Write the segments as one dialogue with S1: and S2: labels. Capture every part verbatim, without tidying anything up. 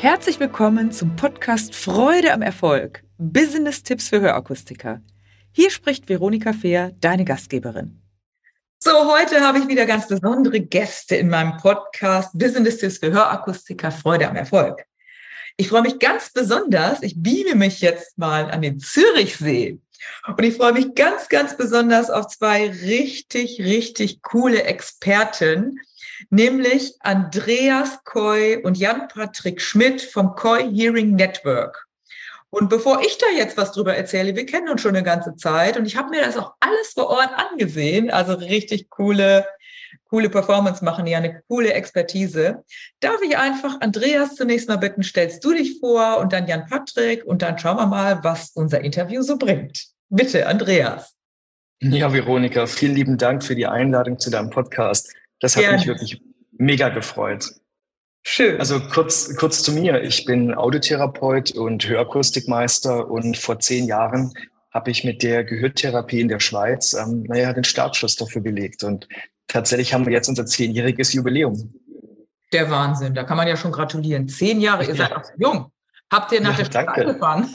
S1: Herzlich willkommen zum Podcast Freude am Erfolg. Business-Tipps für Hörakustiker. Hier spricht Veronika Fehr, deine Gastgeberin. So, heute habe ich wieder ganz besondere Gäste in meinem Podcast Business-Tipps für Hörakustiker Freude am Erfolg. Ich freue mich ganz besonders, ich beame mich jetzt mal an den Zürichsee. Und ich freue mich ganz, ganz besonders auf zwei richtig, richtig coole Experten, nämlich Andreas Coy und Jan-Patrick Schmidt vom Coy Hearing Network. Und bevor ich da jetzt was drüber erzähle, wir kennen uns schon eine ganze Zeit und ich habe mir das auch alles vor Ort angesehen, also richtig coole, coole Performance machen, ja, eine coole Expertise. Darf ich einfach Andreas zunächst mal bitten, stellst du dich vor und dann Jan-Patrick und dann schauen wir mal, was unser Interview so bringt. Bitte, Andreas.
S2: Ja, Veronika, vielen lieben Dank für die Einladung zu deinem Podcast. Das hat
S1: Gerne.
S2: mich wirklich mega gefreut.
S1: Schön.
S2: Also kurz, kurz zu mir. Ich bin Audiotherapeut und Hörakustikmeister und vor zehn Jahren habe ich mit der Gehörtherapie in der Schweiz, ähm, naja, den Startschuss dafür gelegt. Und tatsächlich haben wir jetzt unser zehnjähriges Jubiläum.
S1: Der Wahnsinn, da kann man ja schon gratulieren. Zehn Jahre, ihr seid auch jung. Habt ihr nach
S2: Ja,
S1: der Schule
S2: danke.
S1: angefangen?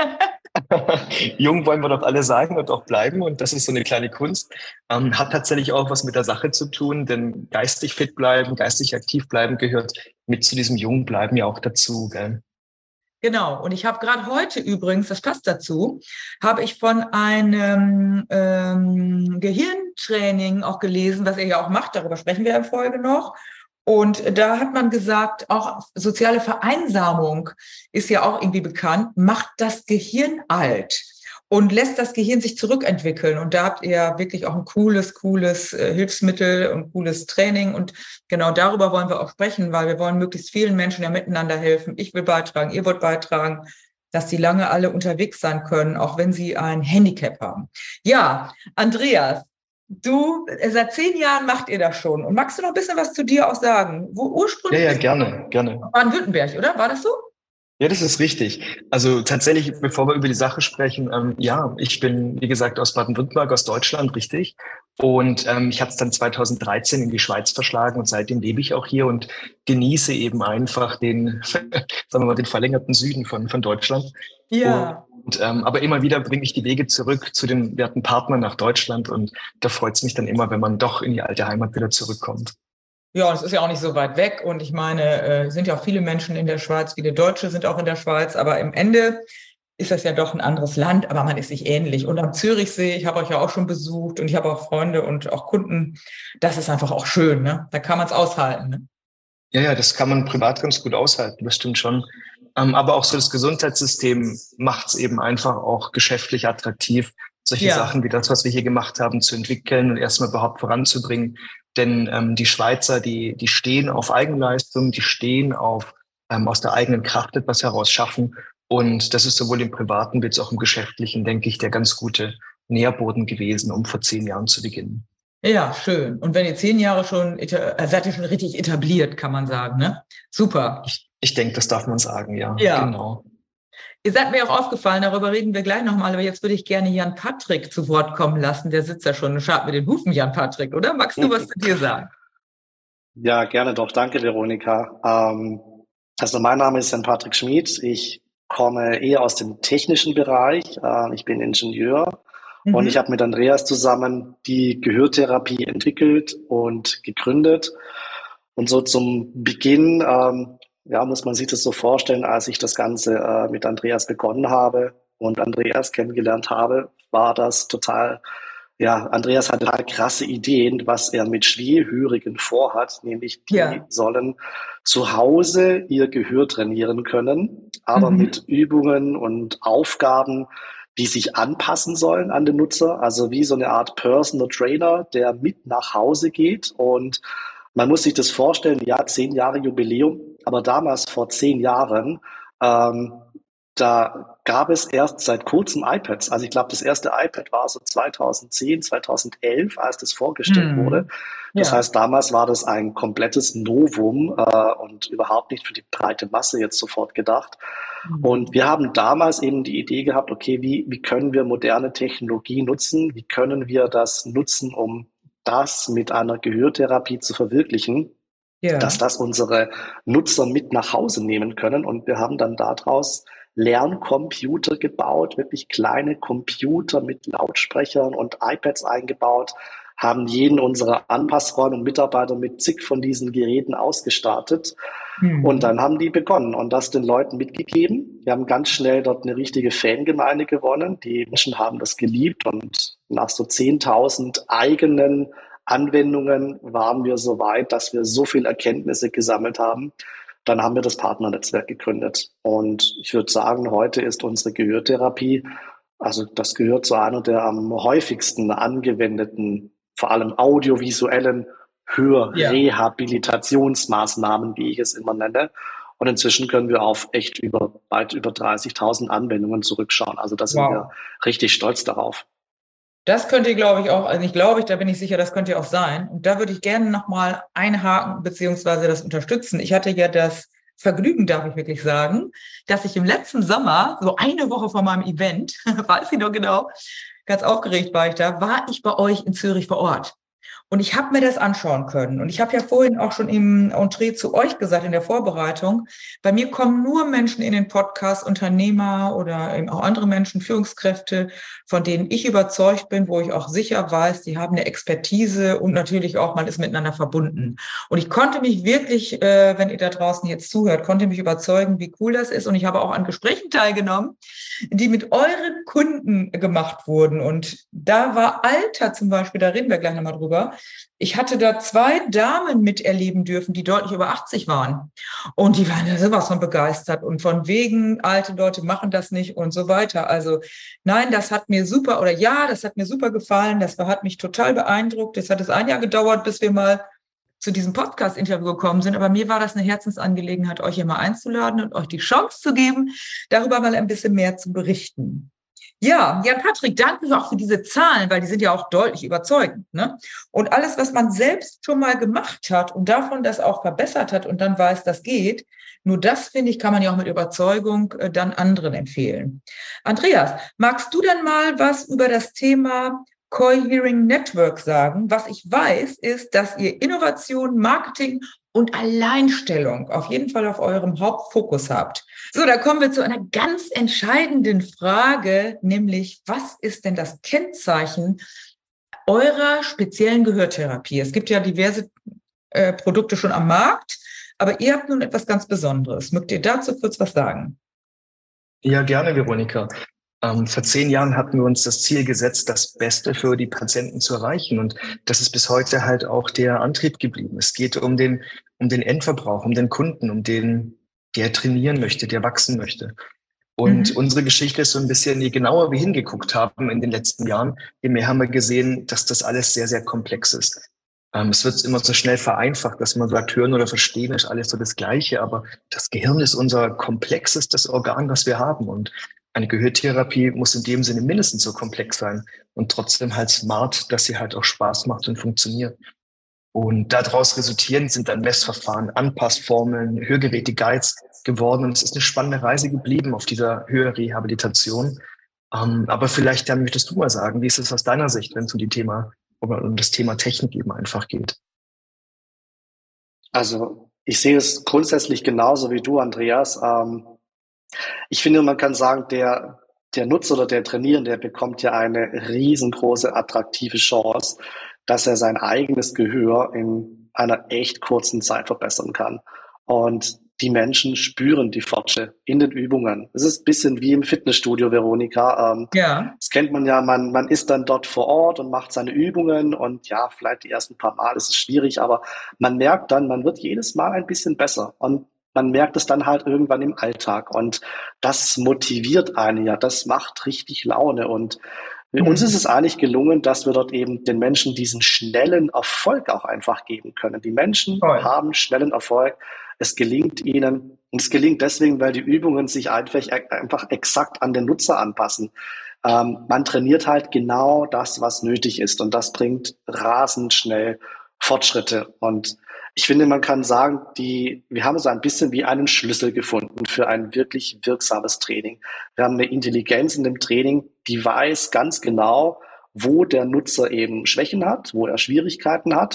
S2: Jung wollen wir doch alle sein und auch bleiben, und das ist so eine kleine Kunst. Ähm, hat tatsächlich auch was mit der Sache zu tun, denn geistig fit bleiben, geistig aktiv bleiben gehört mit zu diesem Jung bleiben ja auch dazu, gell?
S1: Genau, und ich habe gerade heute übrigens, das passt dazu, habe ich von einem ähm, Gehirntraining auch gelesen, was ihr ja auch macht, darüber sprechen wir in Folge noch. Und da hat man gesagt, auch soziale Vereinsamung ist ja auch irgendwie bekannt, macht das Gehirn alt und lässt das Gehirn sich zurückentwickeln. Und da habt ihr wirklich auch ein cooles, cooles äh, Hilfsmittel und cooles Training. Und genau darüber wollen wir auch sprechen, weil wir wollen möglichst vielen Menschen ja miteinander helfen. Ich will beitragen, ihr wollt beitragen, dass die lange alle unterwegs sein können, auch wenn sie ein Handicap haben. Ja, Andreas. Du, seit zehn Jahren macht ihr das schon. Und magst du noch ein bisschen was zu dir auch sagen? Wo ursprünglich?
S2: Ja, ja, gerne, gerne.
S1: Baden-Württemberg, oder? War das so?
S2: Ja, das ist richtig. Also tatsächlich, bevor wir über die Sache sprechen, ähm, ja, ich bin, wie gesagt, aus Baden-Württemberg, aus Deutschland, richtig. Und ähm, ich habe es dann zweitausenddreizehn in die Schweiz verschlagen und seitdem lebe ich auch hier und genieße eben einfach den, sagen wir mal, den verlängerten Süden von, von Deutschland.
S1: Ja.
S2: Und, ähm, aber immer wieder bringe ich die Wege zurück zu den werten Partnern nach Deutschland, und da freut es mich dann immer, wenn man doch in die alte Heimat wieder zurückkommt.
S1: Ja, und es ist ja auch nicht so weit weg. Und ich meine, äh, sind ja auch viele Menschen in der Schweiz, viele Deutsche sind auch in der Schweiz. Aber im Ende ist das ja doch ein anderes Land, aber man ist sich ähnlich. Und am Zürichsee, ich habe euch ja auch schon besucht und ich habe auch Freunde und auch Kunden. Das ist einfach auch schön, ne? Da kann man es aushalten, ne?
S2: Ja, ja, das kann man privat ganz gut aushalten, das stimmt schon. Ähm, aber auch so das Gesundheitssystem macht es eben einfach auch geschäftlich attraktiv, solche
S1: Ja.
S2: Sachen wie das, was wir hier gemacht haben, zu entwickeln und erstmal überhaupt voranzubringen. Denn ähm, die Schweizer, die, die stehen auf Eigenleistung, die stehen auf ähm, aus der eigenen Kraft etwas heraus schaffen. Und das ist sowohl im Privaten wie auch im Geschäftlichen, denke ich, der ganz gute Nährboden gewesen, um vor zehn Jahren zu beginnen.
S1: Ja, schön. Und wenn ihr zehn Jahre schon, eta- äh, seid ihr schon richtig etabliert, kann man sagen, ne? Super.
S2: Ich, ich denke, das darf man sagen, ja,
S1: Ja.
S2: genau.
S1: Ihr seid mir auch aufgefallen, darüber reden wir gleich nochmal, aber jetzt würde ich gerne Jan-Patrick zu Wort kommen lassen. Der sitzt ja schon und schaut mit den Hufen, Jan-Patrick, oder? Magst du was zu dir sagen?
S3: Ja, gerne doch. Danke, Veronika. Ähm, also mein Name ist Jan-Patrick Schmid. Ich komme eher aus dem technischen Bereich. Äh, ich bin Ingenieur
S1: Mhm.
S3: und ich habe mit Andreas zusammen die Gehörtherapie entwickelt und gegründet. Und so zum Beginn, ähm, ja, muss man sich das so vorstellen, als ich das Ganze äh, mit Andreas begonnen habe und Andreas kennengelernt habe, war das total, ja, Andreas hat total krasse Ideen, was er mit Schwerhörigen vorhat, nämlich die
S1: Ja.
S3: sollen zu Hause ihr Gehör trainieren können, aber
S1: Mhm.
S3: mit Übungen und Aufgaben, die sich anpassen sollen an den Nutzer, also wie so eine Art Personal Trainer, der mit nach Hause geht. Und man muss sich das vorstellen, ja, zehn Jahre Jubiläum, aber damals vor zehn Jahren, ähm, da gab es erst seit kurzem iPads. Also ich glaube, das erste iPad war so zweitausendzehn, zweitausendelf, als das vorgestellt wurde.
S1: Mhm.
S3: Das
S1: Ja.
S3: heißt, damals war das ein komplettes Novum äh, und überhaupt nicht für die breite Masse jetzt sofort gedacht.
S1: Mhm.
S3: Und wir haben damals eben die Idee gehabt, okay, wie, wie können wir moderne Technologie nutzen? Wie können wir das nutzen, um das mit einer Gehörtherapie zu verwirklichen?
S1: Ja.
S3: dass das unsere Nutzer mit nach Hause nehmen können. Und wir haben dann daraus Lerncomputer gebaut, wirklich kleine Computer mit Lautsprechern und iPads eingebaut, haben jeden unserer Anpassräume und Mitarbeiter mit zig von diesen Geräten ausgestattet.
S1: Hm.
S3: Und dann haben die begonnen und das den Leuten mitgegeben. Wir haben ganz schnell dort eine richtige Fangemeinde gewonnen. Die Menschen haben das geliebt und nach so zehntausend eigenen Anwendungen waren wir so weit, dass wir so viel Erkenntnisse gesammelt haben. Dann haben wir das Partnernetzwerk gegründet. Und ich würde sagen, heute ist unsere Gehörtherapie, also das gehört zu einer der am häufigsten angewendeten, vor allem audiovisuellen Hörrehabilitationsmaßnahmen, wie ich es immer nenne. Und inzwischen können wir auf echt über, weit über dreißigtausend Anwendungen zurückschauen. Also da sind
S1: Wow.
S3: wir richtig stolz darauf.
S1: Das könnt ihr, glaube ich, auch, also ich glaube, ich, da bin ich sicher, das könnt ihr auch sein. Und da würde ich gerne nochmal einhaken beziehungsweise das unterstützen. Ich hatte ja das Vergnügen, darf ich wirklich sagen, dass ich im letzten Sommer, so eine Woche vor meinem Event, weiß ich noch genau, ganz aufgeregt war ich da, war ich bei euch in Zürich vor Ort. Und ich habe mir das anschauen können. Und ich habe ja vorhin auch schon im Entree zu euch gesagt, in der Vorbereitung, bei mir kommen nur Menschen in den Podcast, Unternehmer oder eben auch andere Menschen, Führungskräfte, von denen ich überzeugt bin, wo ich auch sicher weiß, die haben eine Expertise und natürlich auch, man ist miteinander verbunden. Und ich konnte mich wirklich, äh, wenn ihr da draußen jetzt zuhört, konnte mich überzeugen, wie cool das ist. Und ich habe auch an Gesprächen teilgenommen, die mit euren Kunden gemacht wurden. Und da war Alter zum Beispiel, da reden wir gleich nochmal drüber. Ich hatte da zwei Damen miterleben dürfen, die deutlich über achtzig waren. Und die waren da sowas von begeistert und von wegen, alte Leute machen das nicht und so weiter. Also nein, das hat mir super, oder ja, das hat mir super gefallen. Das hat mich total beeindruckt. Es hat es ein Jahr gedauert, bis wir mal zu diesem Podcast-Interview gekommen sind. Aber mir war das eine Herzensangelegenheit, euch hier mal einzuladen und euch die Chance zu geben, darüber mal ein bisschen mehr zu berichten. Ja, ja, Patrick, danke auch für diese Zahlen, weil die sind ja auch deutlich überzeugend, ne? Und alles, was man selbst schon mal gemacht hat und davon das auch verbessert hat und dann weiß, das geht, nur das, finde ich, kann man ja auch mit Überzeugung äh, dann anderen empfehlen. Andreas, magst du denn mal was über das Thema Cohearing Network sagen? Was ich weiß, ist, dass ihr Innovation, Marketing und Alleinstellung auf jeden Fall auf eurem Hauptfokus habt. So, da kommen wir zu einer ganz entscheidenden Frage, nämlich, was ist denn das Kennzeichen eurer speziellen Gehörtherapie? Es gibt ja diverse äh, Produkte schon am Markt, aber ihr habt nun etwas ganz Besonderes. Mögt ihr dazu kurz was sagen?
S2: Ja, gerne, Veronika. Ähm, vor zehn Jahren hatten wir uns das Ziel gesetzt, das Beste für die Patienten zu erreichen. Und das ist bis heute halt auch der Antrieb geblieben. Es geht um den, um den Endverbrauch, um den Kunden, um den, der trainieren möchte, der wachsen möchte. Und mhm. unsere Geschichte ist so ein bisschen, je genauer wir hingeguckt haben in den letzten Jahren, je mehr haben wir gesehen, dass das alles sehr, sehr komplex ist. Ähm, es wird immer so schnell vereinfacht, dass man sagt, hören oder verstehen ist alles so das Gleiche. Aber das Gehirn ist unser komplexestes Organ, das wir haben. Und eine Gehörtherapie muss in dem Sinne mindestens so komplex sein und trotzdem halt smart, dass sie halt auch Spaß macht und funktioniert. Und daraus resultierend sind dann Messverfahren, Anpassformeln, Hörgeräte, Guides geworden. Und es ist eine spannende Reise geblieben auf dieser Hörrehabilitation. Ähm, aber vielleicht, dann möchtest du mal sagen, wie ist es aus deiner Sicht, wenn es um die Thema, um das Thema Technik eben einfach geht?
S3: Also ich sehe es grundsätzlich genauso wie du, Andreas. Ähm, ich finde, man kann sagen, der, der Nutzer oder der Trainierende, der bekommt ja eine riesengroße, attraktive Chance, dass er sein eigenes Gehör in einer echt kurzen Zeit verbessern kann. Und die Menschen spüren die Fortschritte in den Übungen. Es ist ein bisschen wie im Fitnessstudio, Veronika. Ähm,
S1: ja.
S3: Das kennt man ja, man, man ist dann dort vor Ort und macht seine Übungen und ja, vielleicht die ersten paar Mal ist es schwierig, aber man merkt dann, man wird jedes Mal ein bisschen besser und man merkt es dann halt irgendwann im Alltag und das motiviert einen ja, das macht richtig Laune und mhm. uns ist es eigentlich gelungen, dass wir dort eben den Menschen diesen schnellen Erfolg auch einfach geben können. Die Menschen Toll. haben schnellen Erfolg, es gelingt ihnen und es gelingt deswegen, weil die Übungen sich einfach, einfach exakt an den Nutzer anpassen. Ähm, man trainiert halt genau das, was nötig ist und das bringt rasend schnell Fortschritte und ich finde, man kann sagen, die, wir haben so ein bisschen wie einen Schlüssel gefunden für ein wirklich wirksames Training. Wir haben eine Intelligenz in dem Training, die weiß ganz genau, wo der Nutzer eben Schwächen hat, wo er Schwierigkeiten hat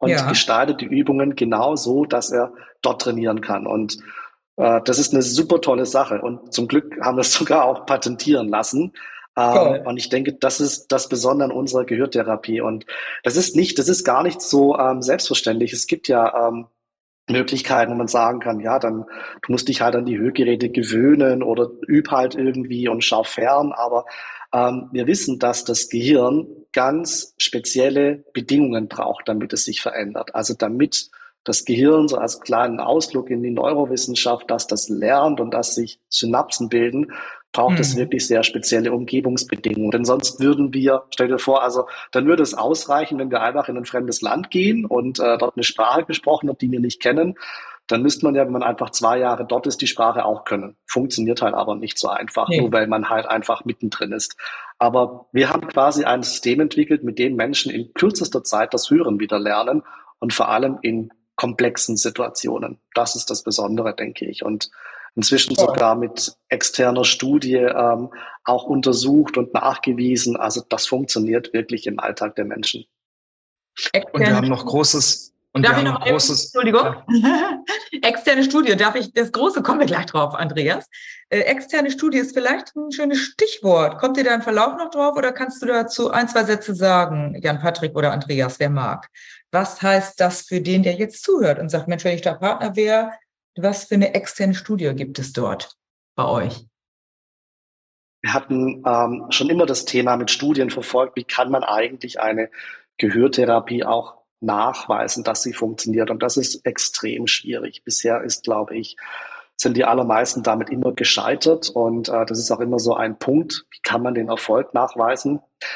S3: und
S1: Ja.
S3: gestaltet die Übungen genau so, dass er dort trainieren kann. Und äh, das ist eine super tolle Sache. Und zum Glück haben wir es sogar auch patentieren lassen. Ähm,
S1: Toll.
S3: und ich denke, das ist das Besondere an unserer Gehörtherapie. Und das ist nicht, das ist gar nicht so ähm, selbstverständlich. Es gibt ja ähm, Möglichkeiten, wo man sagen kann, ja, dann du musst dich halt an die Hörgeräte gewöhnen oder üb halt irgendwie und schau fern. Aber ähm, wir wissen, dass das Gehirn ganz spezielle Bedingungen braucht, damit es sich verändert. Also damit das Gehirn so als kleinen Ausflug in die Neurowissenschaft, dass das lernt und dass sich Synapsen bilden, braucht es
S1: Mhm.
S3: wirklich sehr spezielle Umgebungsbedingungen. Denn sonst würden wir, stell dir vor, also dann würde es ausreichen, wenn wir einfach in ein fremdes Land gehen und äh, dort eine Sprache gesprochen wird, die wir nicht kennen. Dann müsste man ja, wenn man einfach zwei Jahre dort ist, die Sprache auch können. Funktioniert halt aber nicht so einfach, nur
S1: Nee.
S3: weil man halt einfach mittendrin ist. Aber wir haben quasi ein System entwickelt, mit dem Menschen in kürzester Zeit das Hören wieder lernen und vor allem in komplexen Situationen. Das ist das Besondere, denke ich. Und inzwischen
S1: Toll.
S3: sogar mit externer Studie ähm, auch untersucht und nachgewiesen. Also das funktioniert wirklich im Alltag der Menschen.
S2: Und wir
S1: Externe
S2: haben noch
S1: Studie.
S2: großes, und wir
S1: Darf ich
S2: haben
S1: noch
S2: noch
S1: eben,
S2: großes,
S1: Entschuldigung,
S2: ja,
S1: externe Studie, darf ich, das Große kommen wir gleich drauf, Andreas. Äh, externe Studie ist vielleicht ein schönes Stichwort. Kommt dir da im Verlauf noch drauf oder kannst du dazu ein, zwei Sätze sagen, Jan-Patrick oder Andreas, wer mag? Was heißt das für den, der jetzt zuhört und sagt, Mensch, wenn ich da Partner wäre, was für eine externe Studie gibt es dort bei euch?
S3: Wir hatten ähm, schon immer das Thema mit Studien verfolgt, wie kann man eigentlich eine Gehörtherapie auch nachweisen, dass sie funktioniert. Und das ist extrem schwierig. Bisher ist, glaube ich, sind die allermeisten damit immer gescheitert. Und äh, das ist auch immer so ein Punkt, wie kann man den Erfolg nachweisen?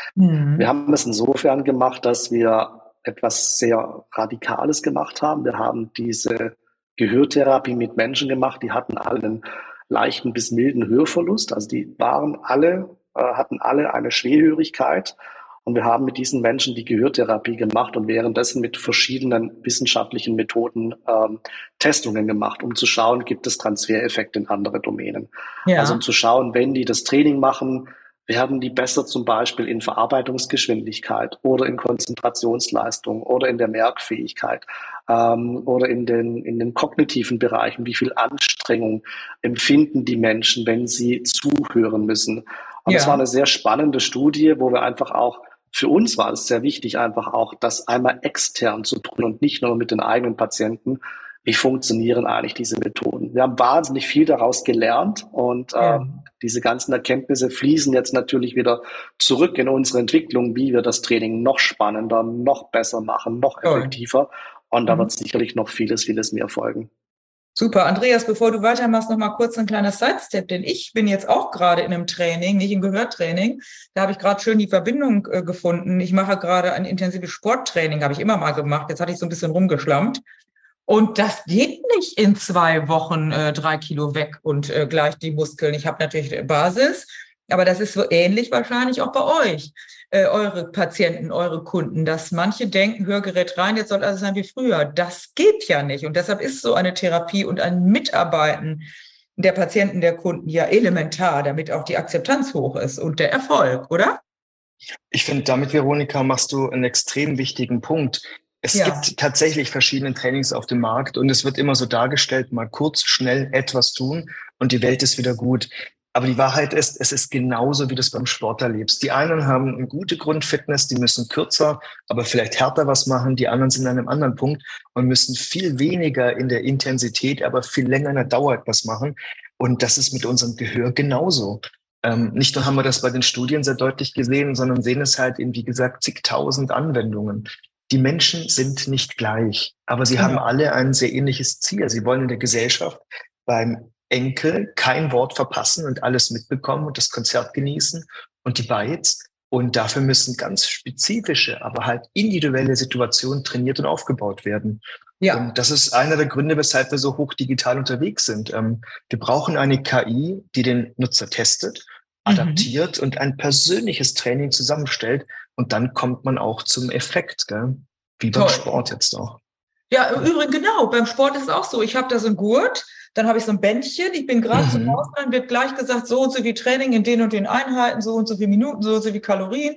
S3: Wir
S1: Mhm.
S3: haben es insofern gemacht, dass wir etwas sehr Radikales gemacht haben. Wir haben diese Gehörtherapie mit Menschen gemacht, die hatten alle einen leichten bis milden Hörverlust. Also die waren alle, äh, hatten alle eine Schwerhörigkeit. Und wir haben mit diesen Menschen die Gehörtherapie gemacht und währenddessen mit verschiedenen wissenschaftlichen Methoden ähm, Testungen gemacht, um zu schauen, gibt es Transfereffekte in andere Domänen. Also um
S1: Ja,
S3: zu schauen, wenn die das Training machen, werden die besser zum Beispiel in Verarbeitungsgeschwindigkeit oder in Konzentrationsleistung oder in der Merkfähigkeit ähm, oder in den, in den kognitiven Bereichen? Wie viel Anstrengung empfinden die Menschen, wenn sie zuhören müssen? Und das war
S1: ja,
S3: eine sehr spannende Studie, wo wir einfach auch, für uns war es sehr wichtig, einfach auch das einmal extern zu tun und nicht nur mit den eigenen Patienten. Wie funktionieren eigentlich diese Methoden? Wir haben wahnsinnig viel daraus gelernt und
S1: ja.
S3: ähm, diese ganzen Erkenntnisse fließen jetzt natürlich wieder zurück in unsere Entwicklung, wie wir das Training noch spannender, noch besser machen, noch
S1: Toll.
S3: effektiver. Und da
S1: Mhm.
S3: wird sicherlich noch vieles, vieles mehr folgen.
S1: Super. Andreas, bevor du weitermachst, noch mal kurz ein kleiner Sidestep, denn ich bin jetzt auch gerade in einem Training, nicht im Gehörtraining. Da habe ich gerade schön die Verbindung äh, gefunden. Ich mache gerade ein intensives Sporttraining, habe ich immer mal gemacht. Jetzt hatte ich so ein bisschen rumgeschlammt. Und das geht nicht in zwei Wochen äh, drei Kilo weg und äh, gleich die Muskeln. Ich habe natürlich Basis, aber das ist so ähnlich wahrscheinlich auch bei euch, äh, eure Patienten, eure Kunden, dass manche denken, Hörgerät rein, jetzt soll alles sein wie früher. Das geht ja nicht. Und deshalb ist so eine Therapie und ein Mitarbeiten der Patienten, der Kunden ja elementar, damit auch die Akzeptanz hoch ist und der Erfolg, oder?
S2: ich finde, damit, Veronika, machst du einen extrem wichtigen Punkt. Es
S1: Ja,
S2: gibt tatsächlich verschiedene Trainings auf dem Markt und es wird immer so dargestellt, mal kurz, schnell etwas tun und die Welt ist wieder gut. Aber die Wahrheit ist, es ist genauso, wie du es beim Sport erlebst. Die einen haben eine gute Grundfitness, die müssen kürzer, aber vielleicht härter was machen. Die anderen sind an einem anderen Punkt und müssen viel weniger in der Intensität, aber viel länger in der Dauer etwas machen. Und das ist mit unserem Gehör genauso. Ähm, nicht nur haben wir das bei den Studien sehr deutlich gesehen, sondern sehen es halt in, wie gesagt, zigtausend Anwendungen. Die Menschen sind nicht gleich, aber sie haben
S1: genau.
S2: alle ein sehr ähnliches Ziel. Sie wollen in der Gesellschaft beim Enkel kein Wort verpassen und alles mitbekommen und das Konzert genießen und die Bites. Und dafür müssen ganz spezifische, aber halt individuelle Situationen trainiert und aufgebaut werden.
S1: Ja.
S2: Und das ist einer der Gründe, weshalb wir so hoch digital unterwegs sind. Ähm, wir brauchen eine K I, die den Nutzer testet,
S1: Mhm.
S2: adaptiert und ein persönliches Training zusammenstellt. Und dann kommt man auch zum Effekt, gell? Wie beim
S1: Toll.
S2: Sport jetzt auch.
S1: Ja, im Übrigen genau. Beim Sport ist es auch so. Ich habe da so einen Gurt, dann habe ich so ein Bändchen. Ich bin gerade zum
S2: Mhm.
S1: Ausgang, wird gleich gesagt, so und so viel Training in den und den Einheiten, so und so viele Minuten, so und so viel Kalorien.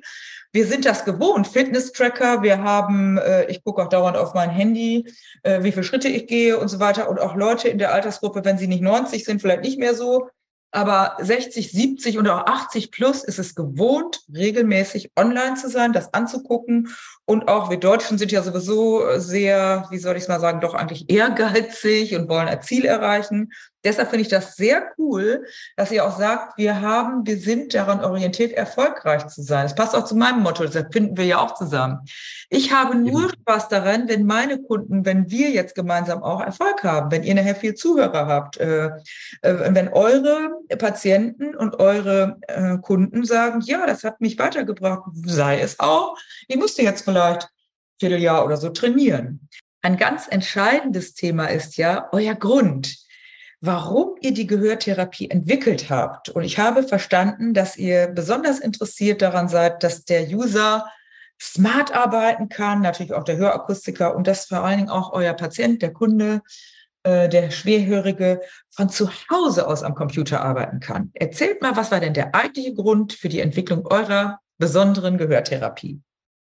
S1: wir sind das gewohnt. Fitness-Tracker, wir haben, äh, ich gucke auch dauernd auf mein Handy, äh, wie viele Schritte ich gehe und so weiter. Und auch Leute in der Altersgruppe, wenn sie nicht neunzig sind, vielleicht nicht mehr so. Aber sechzig, siebzig und auch achtzig plus ist es gewohnt, regelmäßig online zu sein, das anzugucken. Und auch wir Deutschen sind ja sowieso sehr, wie soll ich es mal sagen, doch eigentlich ehrgeizig und wollen ein Ziel erreichen. Deshalb finde ich das sehr cool, dass ihr auch sagt, wir haben, wir sind daran orientiert, erfolgreich zu sein. Das passt auch zu meinem Motto, deshalb finden wir ja auch zusammen. Ich habe nur Spaß daran, wenn meine Kunden, wenn wir jetzt gemeinsam auch Erfolg haben, wenn ihr nachher viel Zuhörer habt, äh, äh, wenn eure Patienten und eure äh, Kunden sagen, ja, das hat mich weitergebracht, sei es auch, ich musste jetzt vielleicht ein Vierteljahr oder so trainieren. Ein ganz entscheidendes Thema ist ja euer Grund, warum ihr die Gehörtherapie entwickelt habt. Und ich habe verstanden, dass ihr besonders interessiert daran seid, dass der User smart arbeiten kann, natürlich auch der Hörakustiker und dass vor allen Dingen auch euer Patient, der Kunde, äh, der Schwerhörige von zu Hause aus am Computer arbeiten kann. Erzählt mal, was war denn der eigentliche Grund für die Entwicklung eurer besonderen Gehörtherapie?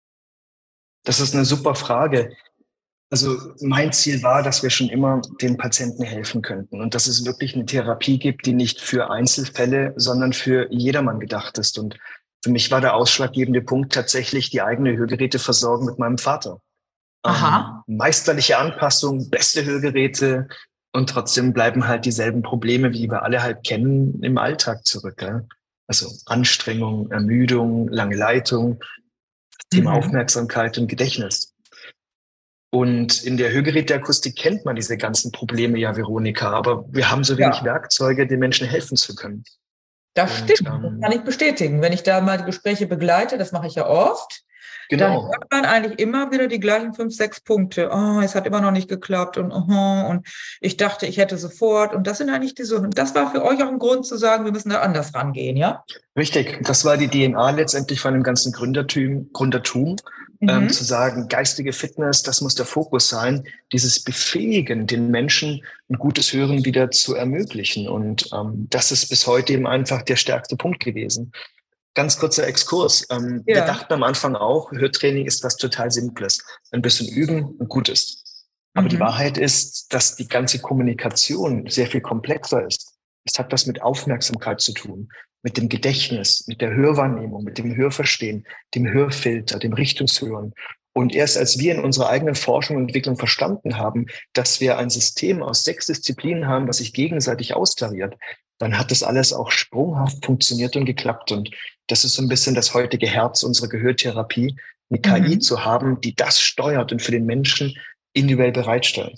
S2: Das ist eine super Frage. Also mein Ziel war, dass wir schon immer den Patienten helfen könnten und dass es wirklich eine Therapie gibt, die nicht für Einzelfälle, sondern für jedermann gedacht ist. Und für mich war der ausschlaggebende Punkt tatsächlich die eigene Hörgeräteversorgung mit meinem Vater.
S1: Aha.
S2: Ähm, meisterliche Anpassung, beste Hörgeräte und trotzdem bleiben halt dieselben Probleme, wie wir alle halt kennen, im Alltag zurück. Gell? Also Anstrengung, Ermüdung, lange Leitung, Thema
S1: Mhm.
S2: Aufmerksamkeit und Gedächtnis. Und in der Hörgeräteakustik kennt man diese ganzen Probleme ja, Veronika, aber wir haben so wenig
S1: Ja.
S2: Werkzeuge, den Menschen helfen zu können.
S1: Das
S2: Und,
S1: stimmt, das
S2: ähm,
S1: kann ich bestätigen. Wenn ich da mal die Gespräche begleite, das mache ich ja oft, dann
S2: genau.
S1: hört man eigentlich immer wieder die gleichen fünf, sechs Punkte. Oh, es hat immer noch nicht geklappt und, oh, und ich dachte, ich hätte sofort. Und das sind eigentlich die so. Und das war für euch auch ein Grund zu sagen, wir müssen da anders rangehen, ja?
S2: Richtig, das war die D N A letztendlich von dem ganzen Gründertum, Gründertum ähm,
S1: Mhm.
S2: zu sagen, geistige Fitness, das muss der Fokus sein, dieses Befähigen, den Menschen ein gutes Hören wieder zu ermöglichen. Und ähm, das ist bis heute eben einfach der stärkste Punkt gewesen. Ganz kurzer Exkurs. Ähm, wir
S1: Ja.
S2: dachten am Anfang auch, Hörtraining ist was total Simples. Ein bisschen üben und gut ist. Aber die
S1: Mhm.
S2: Wahrheit ist, dass die ganze Kommunikation sehr viel komplexer ist. Es hat was mit Aufmerksamkeit zu tun, mit dem Gedächtnis, mit der Hörwahrnehmung, mit dem Hörverstehen, dem Hörfilter, dem Richtungshören. Und erst als wir in unserer eigenen Forschung und Entwicklung verstanden haben, dass wir ein System aus sechs Disziplinen haben, was sich gegenseitig austariert, dann hat das alles auch sprunghaft funktioniert und geklappt. Und das ist so ein bisschen das heutige Herz unserer Gehörtherapie, eine K I
S1: Mhm.
S2: zu haben, die das steuert und für den Menschen individuell bereitstellt.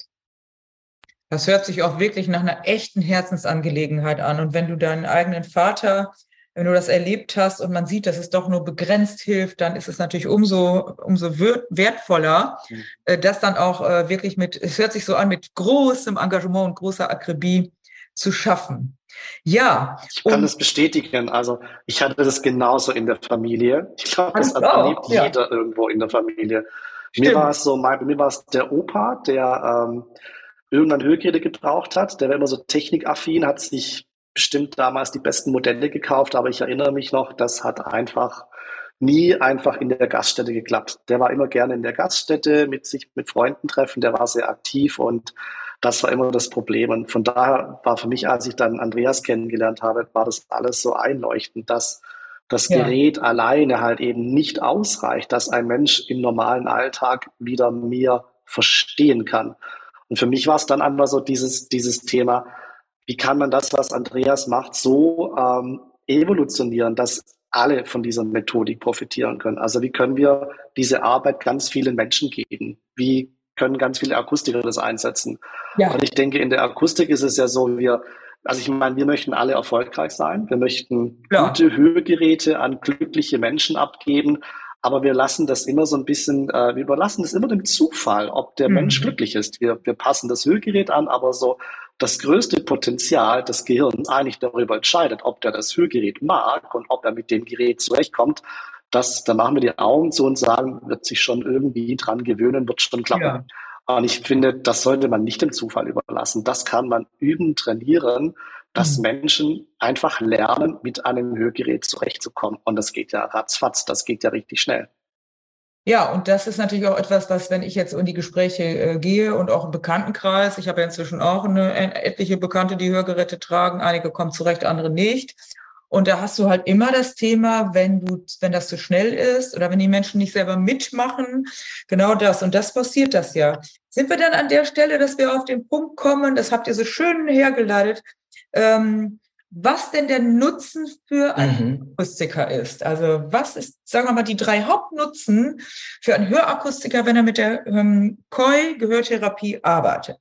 S1: Das hört sich auch wirklich nach einer echten Herzensangelegenheit an. Und wenn du deinen eigenen Vater, wenn du das erlebt hast und man sieht, dass es doch nur begrenzt hilft, dann ist es natürlich umso, umso wertvoller, äh, das dann auch äh, wirklich mit, es hört sich so an, mit großem Engagement und großer Akribie zu schaffen. Ja,
S3: Ich kann
S1: und
S3: das bestätigen. Also ich hatte das genauso in der Familie. Ich glaube, das
S1: alles
S3: erlebt
S1: auch, ja,
S3: jeder irgendwo in der Familie. Mir war
S1: stimmt.
S3: es so, mein, bei mir war es der Opa, der ähm, irgendwann Hörgeräte gebraucht hat. Der war immer so technikaffin, hat sich bestimmt damals die besten Modelle gekauft, aber ich erinnere mich noch, das hat einfach nie einfach in der Gaststätte geklappt. Der war immer gerne in der Gaststätte, mit sich mit Freunden treffen, der war sehr aktiv und das war immer das Problem. Und von daher war für mich, als ich dann Andreas kennengelernt habe, war das alles so einleuchtend, dass das
S1: Ja.
S3: Gerät alleine halt eben nicht ausreicht, dass ein Mensch im normalen Alltag wieder mehr verstehen kann. Und für mich war es dann einfach so dieses, dieses Thema, wie kann man das, was Andreas macht, so ähm, evolutionieren, dass alle von dieser Methodik profitieren können. Also wie können wir diese Arbeit ganz vielen Menschen geben? Wie können ganz viele Akustiker das einsetzen? Und
S1: Ja,
S3: ich denke, in der Akustik ist es ja so, wir, also ich meine, wir möchten alle erfolgreich sein. Wir möchten
S1: klar.
S3: gute Hörgeräte an glückliche Menschen abgeben. Aber wir lassen das immer so ein bisschen, äh, wir überlassen das immer dem Zufall, ob der Mensch
S1: Mhm.
S3: glücklich ist. Wir, wir passen das Hörgerät an, aber so das größte Potenzial des Gehirns eigentlich darüber entscheidet, ob der das Hörgerät mag und ob er mit dem Gerät zurechtkommt. Das, da machen wir die Augen zu und sagen, wird sich schon irgendwie dran gewöhnen, wird schon klappen.
S1: Ja.
S3: Und ich finde, das sollte man nicht dem Zufall überlassen. Das kann man üben, trainieren. dass
S1: Mhm.
S3: Menschen einfach lernen, mit einem Hörgerät zurechtzukommen. Und das geht ja ratzfatz, das geht ja richtig schnell.
S1: Ja, und das ist natürlich auch etwas, was, wenn ich jetzt in die Gespräche äh, gehe und auch im Bekanntenkreis, ich habe ja inzwischen auch eine, äh, etliche Bekannte, die Hörgeräte tragen, einige kommen zurecht, andere nicht. Und da hast du halt immer das Thema, wenn du, wenn das zu schnell ist oder wenn die Menschen nicht selber mitmachen, genau das. Und das passiert das ja. Sind wir dann an der Stelle, dass wir auf den Punkt kommen, das habt ihr so schön hergeleitet, ähm, was denn der Nutzen für einen
S2: Mhm.
S1: Akustiker ist. Also was ist, sagen wir mal, die drei Hauptnutzen für einen Hörakustiker, wenn er mit der ähm, K O I-Gehörtherapie arbeitet?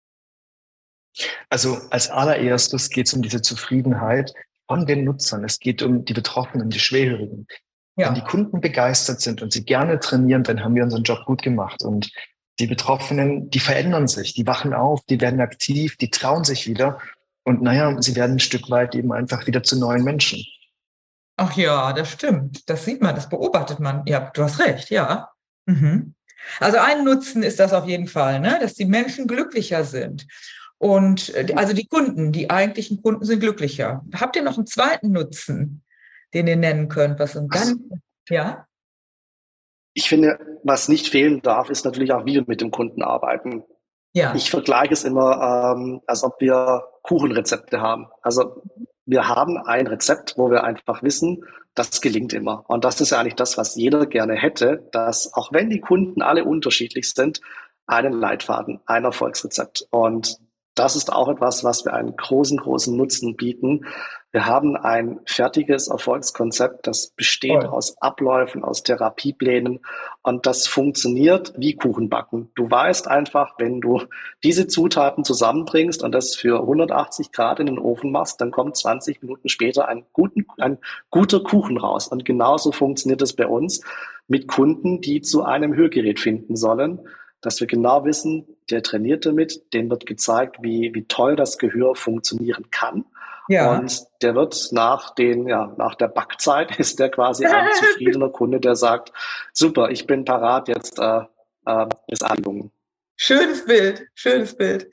S2: Also als allererstes geht es um diese Zufriedenheit von den Nutzern. Es geht um die Betroffenen, die Schwerhörigen. Wenn die
S1: Ja,
S2: Kunden begeistert sind und sie gerne trainieren, dann haben wir unseren Job gut gemacht. Und die Betroffenen, die verändern sich, die wachen auf, die werden aktiv, die trauen sich wieder. Und naja, sie werden ein Stück weit eben einfach wieder zu neuen Menschen.
S1: ach ja, das stimmt. Das sieht man, das beobachtet man. Ja, du hast recht, ja. Mhm. Also ein Nutzen ist das auf jeden Fall, ne? Dass die Menschen glücklicher sind. Und äh, also die Kunden, die eigentlichen Kunden sind glücklicher. Habt ihr noch einen zweiten Nutzen, den ihr nennen könnt, was ein
S3: Also
S1: ganz, ja?
S3: ich finde, was nicht fehlen darf, ist natürlich auch, wie wir mit dem Kunden arbeiten.
S1: Ja.
S3: Ich vergleiche es immer, ähm, als ob wir Kuchenrezepte haben. Also wir haben ein Rezept, wo wir einfach wissen, das gelingt immer. Und das ist ja eigentlich das, was jeder gerne hätte, dass auch wenn die Kunden alle unterschiedlich sind, einen Leitfaden, ein Erfolgsrezept. Und das ist auch etwas, was wir einen großen, großen Nutzen bieten. Wir haben ein fertiges Erfolgskonzept, das besteht
S1: Toll.
S3: aus Abläufen, aus Therapieplänen und das funktioniert wie Kuchenbacken. Du weißt einfach, wenn du diese Zutaten zusammenbringst und das für hundertachtzig Grad in den Ofen machst, dann kommt zwanzig Minuten später ein, guten, ein guter Kuchen raus. Und genauso funktioniert es bei uns mit Kunden, die zu einem Hörgerät finden sollen, dass wir genau wissen, der trainiert damit, dem wird gezeigt, wie, wie toll das Gehör funktionieren kann.
S1: Ja.
S3: Und der wird nach den, ja, nach der Backzeit ist der quasi ein zufriedener Kunde, der sagt, super, ich bin parat, jetzt äh, äh, ist angelungen.
S1: Schönes Bild, schönes Bild.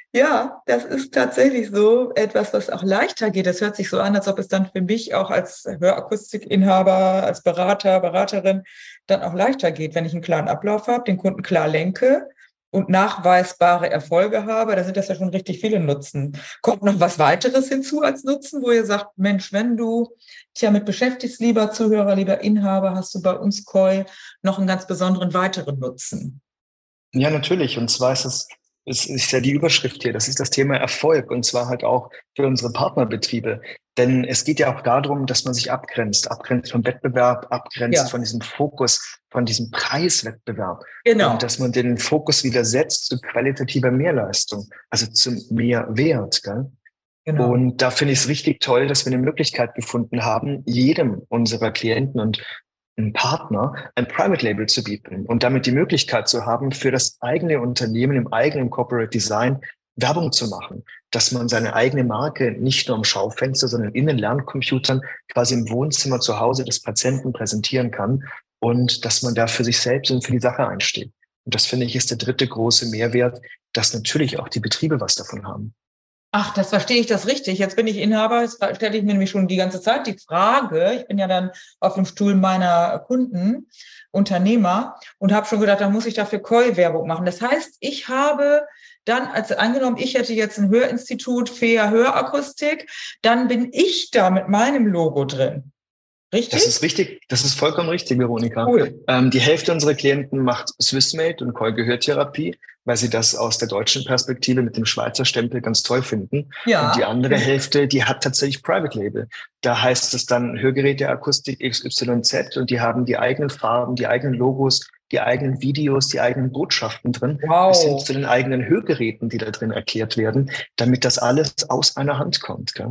S1: Ja, das ist tatsächlich so etwas, was auch leichter geht. Das hört sich so an, als ob es dann für mich auch als Hörakustikinhaber, als Berater, Beraterin dann auch leichter geht, wenn ich einen klaren Ablauf habe, den Kunden klar lenke und nachweisbare Erfolge habe. Da sind das ja schon richtig viele Nutzen. Kommt noch was weiteres hinzu als Nutzen, wo ihr sagt, Mensch, wenn du dich damit beschäftigst, lieber Zuhörer, lieber Inhaber, hast du bei uns K O I noch einen ganz besonderen weiteren Nutzen?
S2: Ja, natürlich. Und zwar ist es, es ist ja die Überschrift hier. Das ist das Thema Erfolg. Und zwar halt auch für unsere Partnerbetriebe. Denn es geht ja auch darum, dass man sich abgrenzt, abgrenzt vom Wettbewerb, abgrenzt
S1: Ja,
S2: von diesem Fokus, von diesem Preiswettbewerb. Und
S1: genau.
S2: dass man den Fokus wieder setzt zu qualitativer Mehrleistung, also zum Mehrwert, gell?
S1: Genau.
S2: Und da finde ich es richtig toll, dass wir eine Möglichkeit gefunden haben, jedem unserer Klienten und einem Partner ein Private Label zu bieten und damit die Möglichkeit zu haben, für das eigene Unternehmen im eigenen Corporate Design Werbung zu machen, dass man seine eigene Marke nicht nur am Schaufenster, sondern in den Lerncomputern quasi im Wohnzimmer zu Hause des Patienten präsentieren kann und dass man da für sich selbst und für die Sache einsteht. Und das finde ich ist der dritte große Mehrwert, dass natürlich auch die Betriebe was davon haben.
S1: Ach, das verstehe ich das richtig. Jetzt bin ich Inhaber, jetzt stelle ich mir nämlich schon die ganze Zeit die Frage, ich bin ja dann auf dem Stuhl meiner Kunden, Unternehmer und habe schon gedacht, da muss ich dafür K O I-Werbung machen. Das heißt, ich habe dann, als angenommen, ich hätte jetzt ein Hörinstitut F E A Hörakustik, dann bin ich da mit meinem Logo drin.
S2: Das
S1: Richtig?
S2: ist richtig, das ist vollkommen richtig, Veronika.
S1: Cool.
S2: Ähm, die Hälfte unserer Klienten macht Swissmade und K O I-Gehörtherapie, weil sie das aus der deutschen Perspektive mit dem Schweizer Stempel ganz toll finden. Und die
S1: Ja.
S2: andere Hälfte, die hat tatsächlich Private Label. Da heißt es dann Hörgeräte Akustik X Y Z und die haben die eigenen Farben, die eigenen Logos, die eigenen Videos, die eigenen Botschaften drin, bis hin
S1: Wow.
S2: zu den eigenen Hörgeräten, die da drin erklärt werden, damit das alles aus einer Hand kommt. Gell?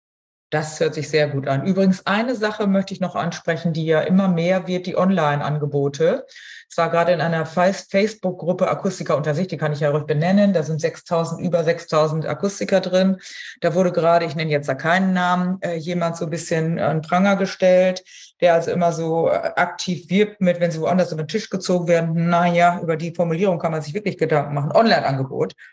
S1: Das hört sich sehr gut an. Übrigens, eine Sache möchte ich noch ansprechen, die ja immer mehr wird, die Online-Angebote. Es war gerade in einer Facebook-Gruppe Akustiker unter sich, die kann ich ja ruhig benennen. Da sind sechstausend, über sechstausend Akustiker drin. Da wurde gerade, ich nenne jetzt da keinen Namen, äh, jemand so ein bisschen an den Pranger gestellt, der also immer so äh, aktiv wirbt mit, wenn sie woanders über den Tisch gezogen werden. Naja, über die Formulierung kann man sich wirklich Gedanken machen. Online-Angebot.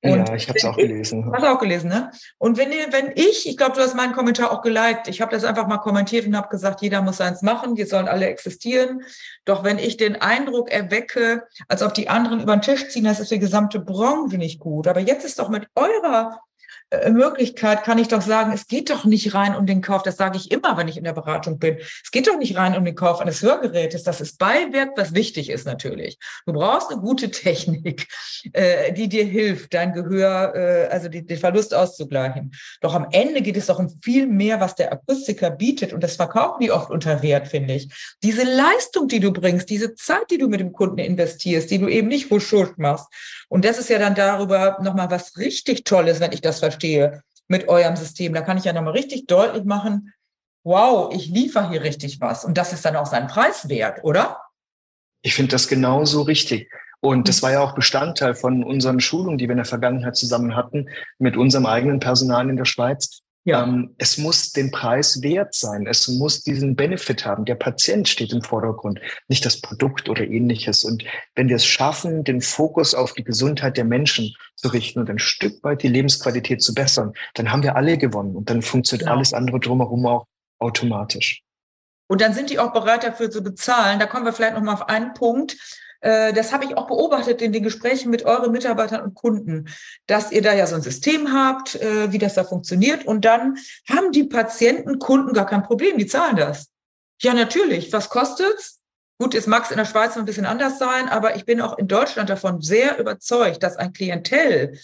S1: Und
S2: Ja, ich habe es auch
S1: ich,
S2: gelesen.
S1: hast du auch gelesen, ne? Und wenn, ihr- wenn ich, ich glaube, du hast meinen Kommentar auch geliked, ich habe das einfach mal kommentiert und habe gesagt, jeder muss seins machen, die sollen alle existieren. Doch wenn ich den Eindruck erwecke, als ob die anderen über den Tisch ziehen, das ist für die gesamte Branche nicht gut. Aber jetzt ist doch mit eurer äh, Möglichkeit, kann ich doch sagen, es geht doch nicht rein um den Kauf, das sage ich immer, wenn ich in der Beratung bin, es geht doch nicht rein um den Kauf eines Hörgerätes, das ist Beiwerk, was wichtig ist natürlich. Du brauchst eine gute Technik, äh, die dir hilft, dein Gehör, äh, also die, den Verlust auszugleichen. Doch am Ende geht es doch um viel mehr, was der Akustiker bietet, und das verkaufen die oft unter Wert, finde ich. Diese Leistung, die du bringst, diese Zeit, die du mit dem Kunden investierst, die du eben nicht husch husch machst. Und das ist ja dann darüber nochmal was richtig Tolles, wenn ich das verstehe, mit eurem System. Da kann ich ja nochmal richtig deutlich machen, wow, ich liefere hier richtig was. Und das ist dann auch sein Preis wert, oder?
S2: Ich finde das genauso richtig. Und das war ja auch Bestandteil von unseren Schulungen, die wir in der Vergangenheit zusammen hatten, mit unserem eigenen Personal in der Schweiz.
S1: Ja.
S2: Ähm, es muss den Preis wert sein. Es muss diesen Benefit haben. Der Patient steht im Vordergrund, nicht das Produkt oder ähnliches. Und wenn wir es schaffen, den Fokus auf die Gesundheit der Menschen zu richten und ein Stück weit die Lebensqualität zu bessern, dann haben wir alle gewonnen. Und dann funktioniert
S1: Genau.
S2: alles andere drumherum auch automatisch.
S1: Und dann sind die auch bereit dafür zu bezahlen. Da kommen wir vielleicht noch mal auf einen Punkt. Äh, Das habe ich auch beobachtet in den Gesprächen mit euren Mitarbeitern und Kunden, dass ihr da ja so ein System habt, äh, wie das da funktioniert. Und dann haben die Patienten, Kunden gar kein Problem, die zahlen das. Ja, natürlich. Was kostet's? Gut, es mag es in der Schweiz noch ein bisschen anders sein, aber ich bin auch in Deutschland davon sehr überzeugt, dass ein Klientel,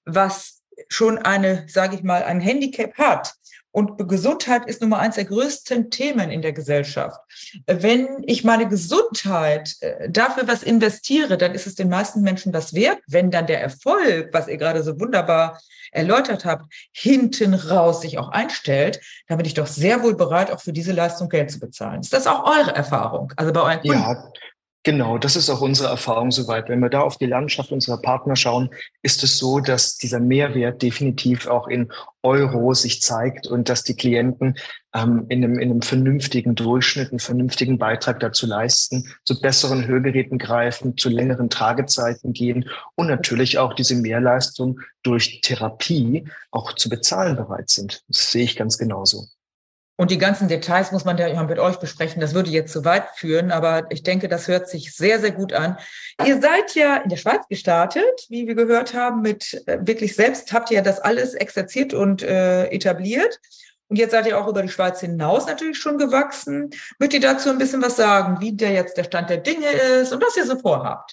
S1: was schon eine, sage ich mal, ein Handicap hat, und Gesundheit ist Nummer eins der größten Themen in der Gesellschaft. Wenn ich meine Gesundheit äh, dafür was investiere, dann ist es den meisten Menschen was wert. Wenn dann der Erfolg, was ihr gerade so wunderbar erläutert habt, hinten raus sich auch einstellt, dann bin ich doch sehr wohl bereit, auch für diese Leistung Geld zu bezahlen. Ist das auch eure Erfahrung? Also bei euren Kunden?
S2: Ja, genau, das ist auch unsere Erfahrung soweit. Wenn wir da auf die Landschaft unserer Partner schauen, ist es so, dass dieser Mehrwert definitiv auch in Euro sich zeigt und dass die Klienten ähm, in einem, in einem vernünftigen Durchschnitt, einen vernünftigen Beitrag dazu leisten, zu besseren Hörgeräten greifen, zu längeren Tragezeiten gehen und natürlich auch diese Mehrleistung durch Therapie auch zu bezahlen bereit sind. Das sehe ich ganz genauso.
S1: Und die ganzen Details muss man ja immer mit euch besprechen. Das würde jetzt zu weit führen, aber ich denke, das hört sich sehr, sehr gut an. Ihr seid ja in der Schweiz gestartet, wie wir gehört haben, mit äh, wirklich selbst habt ihr ja das alles exerziert und äh, etabliert. Und jetzt seid ihr auch über die Schweiz hinaus natürlich schon gewachsen. Möchtet ihr dazu ein bisschen was sagen, wie der jetzt der Stand der Dinge ist und was ihr so vorhabt?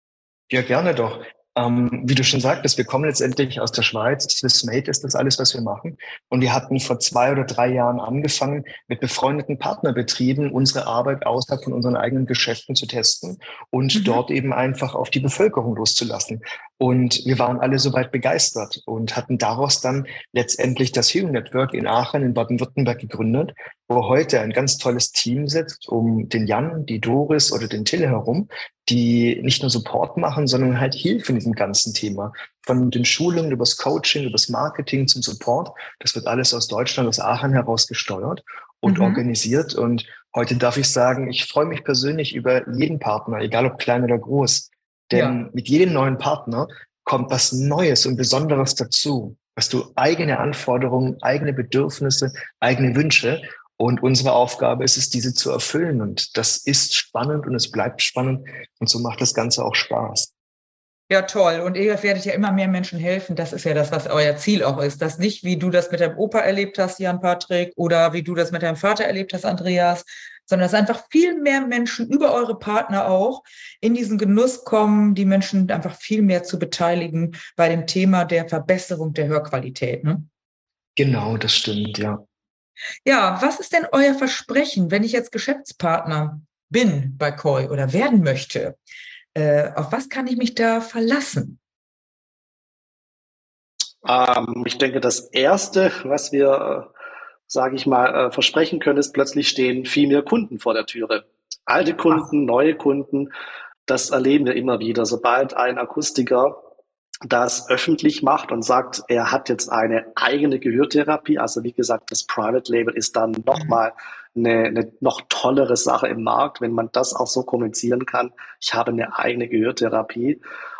S2: Ja, gerne doch. Ähm, wie du schon sagtest, wir kommen letztendlich aus der Schweiz. Swissmade ist das alles, was wir machen. Und wir hatten vor zwei oder drei Jahren angefangen, mit befreundeten Partnerbetrieben unsere Arbeit außerhalb von unseren eigenen Geschäften zu testen und
S1: Mhm.
S2: dort eben einfach auf die Bevölkerung loszulassen. Und wir waren alle soweit begeistert und hatten daraus dann letztendlich das Hearing Network in Aachen in Baden-Württemberg gegründet, wo heute ein ganz tolles Team sitzt, um den Jan, die Doris oder den Till herum, die nicht nur Support machen, sondern halt Hilfe in diesem ganzen Thema. Von den Schulungen übers Coaching, übers Marketing zum Support. Das wird alles aus Deutschland, aus Aachen heraus gesteuert und
S1: Mhm.
S2: organisiert. Und heute darf ich sagen, ich freue mich persönlich über jeden Partner, egal ob klein oder groß. Denn
S1: Ja.
S2: mit jedem neuen Partner kommt was Neues und Besonderes dazu. Hast du eigene Anforderungen, eigene Bedürfnisse, eigene Wünsche. Und unsere Aufgabe ist es, diese zu erfüllen. Und das ist spannend und es bleibt spannend. Und so macht das Ganze auch Spaß.
S1: Ja, toll. Und ihr werdet ja immer mehr Menschen helfen. Das ist ja das, was euer Ziel auch ist. Das nicht, wie du das mit deinem Opa erlebt hast, Jan Patrick, oder wie du das mit deinem Vater erlebt hast, Andreas, sondern dass einfach viel mehr Menschen über eure Partner auch in diesen Genuss kommen, die Menschen einfach viel mehr zu beteiligen bei dem Thema der Verbesserung der Hörqualität, ne?
S2: Genau, das stimmt, ja.
S1: Ja, was ist denn euer Versprechen, wenn ich jetzt Geschäftspartner bin bei Koi oder werden möchte? Äh, auf was kann ich mich da verlassen?
S3: Ähm, ich denke, das Erste, was wir, äh, sage ich mal, äh, versprechen können, ist, plötzlich stehen viel mehr Kunden vor der Türe. Alte
S1: Ach,
S3: Kunden, neue Kunden, das erleben wir immer wieder. Sobald ein Akustiker das öffentlich macht und sagt, er hat jetzt eine eigene Gehörtherapie, also wie gesagt, das Private Label ist dann
S1: mhm.
S3: nochmal eine, eine noch tollere Sache im Markt, wenn man das auch so kommunizieren kann. Ich habe eine eigene Gehörtherapie.